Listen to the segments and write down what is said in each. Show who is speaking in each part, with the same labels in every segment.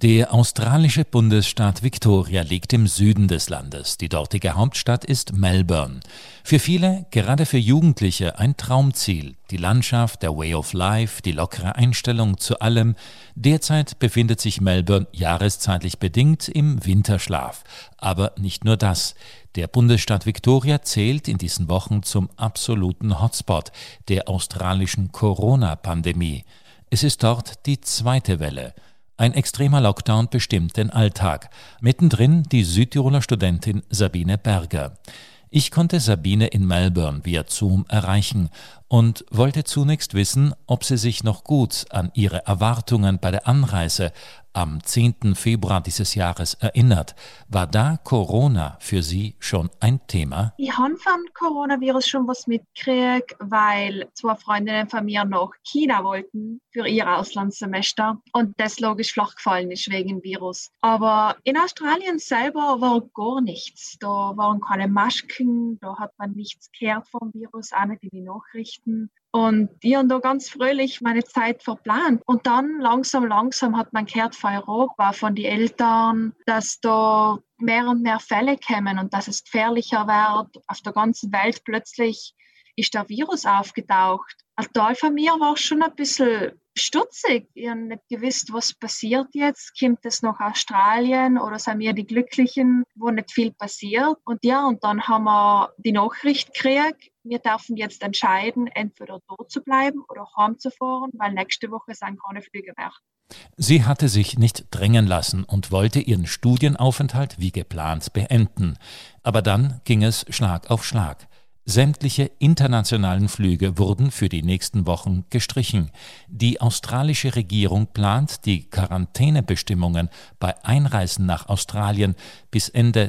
Speaker 1: Der australische Bundesstaat Victoria liegt im Süden des Landes. Die dortige Hauptstadt ist Melbourne. Für viele, gerade für Jugendliche, ein Traumziel. Die Landschaft, der Way of Life, die lockere Einstellung zu allem. Derzeit befindet sich Melbourne jahreszeitlich bedingt im Winterschlaf. Aber nicht nur das. Der Bundesstaat Victoria zählt in diesen Wochen zum absoluten Hotspot der australischen Corona-Pandemie. Es ist dort die zweite Welle. Ein extremer Lockdown bestimmt den Alltag. Mittendrin die Südtiroler Studentin Sabine Berger. Ich konnte Sabine in Melbourne via Zoom erreichen und wollte zunächst wissen, ob sie sich noch gut an ihre Erwartungen bei der Anreise am 10. Februar dieses Jahres erinnert. War da Corona für sie schon ein Thema?
Speaker 2: Ich habe vom Coronavirus schon was mitgekriegt, weil zwei Freundinnen von mir nach China wollten für ihr Auslandssemester und das logisch flach gefallen ist wegen dem Virus. Aber in Australien selber war gar nichts. Da waren keine Masken, da hat man nichts gehört vom Virus, auch nicht in die Nachrichten. Und ich habe da ganz fröhlich meine Zeit verplant. Und dann langsam hat man gehört von Europa, von den Eltern, dass da mehr und mehr Fälle kommen und dass es gefährlicher wird. Auf der ganzen Welt plötzlich ist der Virus aufgetaucht. Ein Teil von mir war schon ein bisschen stutzig. Ich habe nicht gewusst, was passiert jetzt. Kommt es nach Australien oder sind wir die Glücklichen, wo nicht viel passiert? Und dann haben wir die Nachricht gekriegt, wir dürfen jetzt entscheiden, entweder dort zu bleiben oder heimzufahren, weil nächste Woche sind keine Flüge mehr.
Speaker 1: Sie hatte sich nicht drängen lassen und wollte ihren Studienaufenthalt wie geplant beenden. Aber dann ging es Schlag auf Schlag. Sämtliche internationalen Flüge wurden für die nächsten Wochen gestrichen. Die australische Regierung plant, die Quarantänebestimmungen bei Einreisen nach Australien bis Ende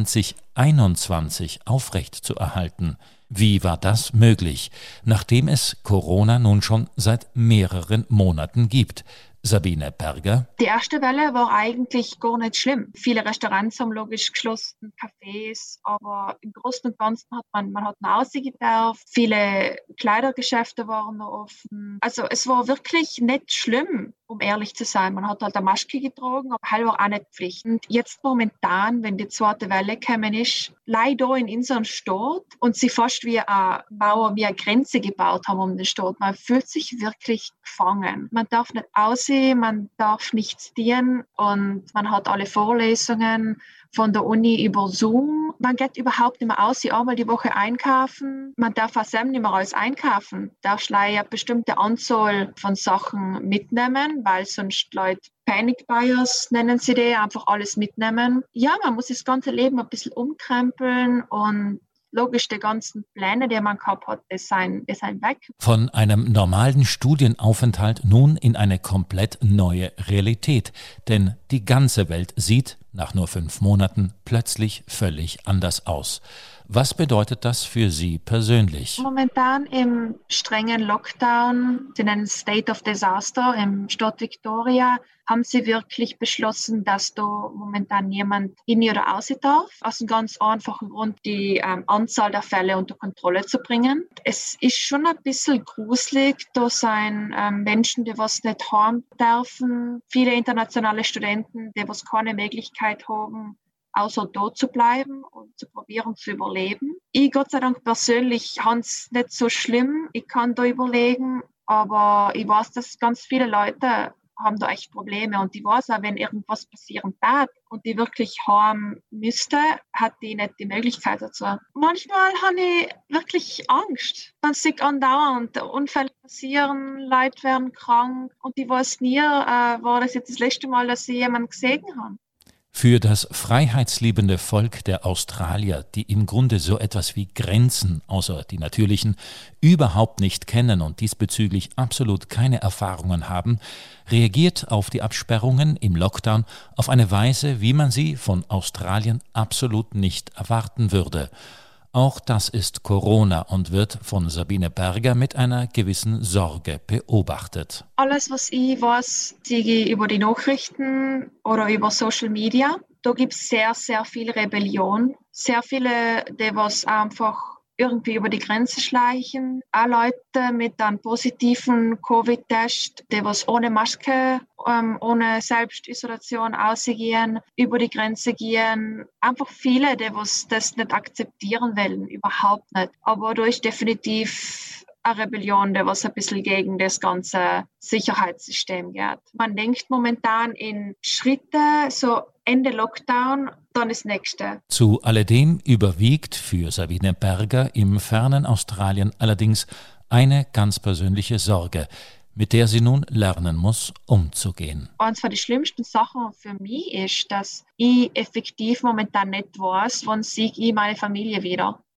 Speaker 1: 2021 aufrechtzuerhalten. Wie war das möglich, nachdem es Corona nun schon seit mehreren Monaten gibt? Sabine Berger.
Speaker 2: Die erste Welle war eigentlich gar nicht schlimm. Viele Restaurants haben logisch geschlossen, Cafés, aber im Großen und Ganzen hat man hat nach Hause gedurft. Viele Kleidergeschäfte waren noch offen. Also es war wirklich nicht schlimm, um ehrlich zu sein. Man hat halt eine Maske getragen, aber halt war auch nicht Pflicht. Und jetzt momentan, wenn die zweite Welle gekommen ist, leider in unserem Stadt und sie fast wie eine Mauer, wie eine Grenze gebaut haben um den Stadt. Man fühlt sich wirklich gefangen. Man darf nicht aussehen, man darf nichts tun und man hat alle Vorlesungen von der Uni über Zoom. Man geht überhaupt nicht mehr aus, einmal die Woche einkaufen. Man darf auch selbst nicht mehr alles einkaufen. Darf eine bestimmte Anzahl von Sachen mitnehmen, weil sonst Leute Panic Buyers nennen sie die, einfach alles mitnehmen. Ja, man muss das ganze Leben ein bisschen umkrempeln und logisch, die ganzen Pläne, die man gehabt hat, die sind weg.
Speaker 1: Von einem normalen Studienaufenthalt nun in eine komplett neue Realität. Denn die ganze Welt sieht nach nur 5 Monaten plötzlich völlig anders aus. Was bedeutet das für Sie persönlich?
Speaker 2: Momentan im strengen Lockdown, in einem State of Disaster im Stadt Victoria, haben sie wirklich beschlossen, dass da momentan niemand in oder aus darf. Aus einem ganz einfachen Grund, die Anzahl der Fälle unter Kontrolle zu bringen. Es ist schon ein bisschen gruselig, da sind Menschen, die was nicht haben dürfen, viele internationale Studenten, die was keine Möglichkeit haben, außer dort zu bleiben und zu probieren zu überleben. Ich, Gott sei Dank persönlich, habe es nicht so schlimm. Ich kann da überlegen, aber ich weiß, dass ganz viele Leute haben da echt Probleme. Und ich weiß auch, wenn irgendwas passieren darf und die wirklich haben müsste, hat die nicht die Möglichkeit dazu. Manchmal habe ich wirklich Angst. Man sieht andauernd, Unfälle passieren, Leute werden krank und ich weiß nie, war das jetzt das letzte Mal, dass ich jemanden gesehen habe.
Speaker 1: Für das freiheitsliebende Volk der Australier, die im Grunde so etwas wie Grenzen, außer die natürlichen, überhaupt nicht kennen und diesbezüglich absolut keine Erfahrungen haben, reagiert auf die Absperrungen im Lockdown auf eine Weise, wie man sie von Australien absolut nicht erwarten würde. Auch das ist Corona und wird von Sabine Berger mit einer gewissen Sorge beobachtet.
Speaker 2: Alles, was ich weiß, sehe ich über die Nachrichten oder über Social Media. Da gibt es sehr, sehr viel Rebellion. Sehr viele, die was einfach irgendwie über die Grenze schleichen. Auch Leute mit einem positiven Covid-Test, die was ohne Maske, ohne Selbstisolation ausgehen, über die Grenze gehen. Einfach viele, die was das nicht akzeptieren wollen, überhaupt nicht. Aber da ist definitiv eine Rebellion, die was ein bisschen gegen das ganze Sicherheitssystem geht. Man denkt momentan in Schritte, so Ende Lockdown, dann das nächste.
Speaker 1: Zu alledem überwiegt für Sabine Berger im fernen Australien allerdings eine ganz persönliche Sorge, mit der sie nun lernen muss, umzugehen.
Speaker 2: Eines von den schlimmsten Sachen für mich ist, dass ich effektiv momentan nicht weiß, wann sehe ich meine Familie wieder.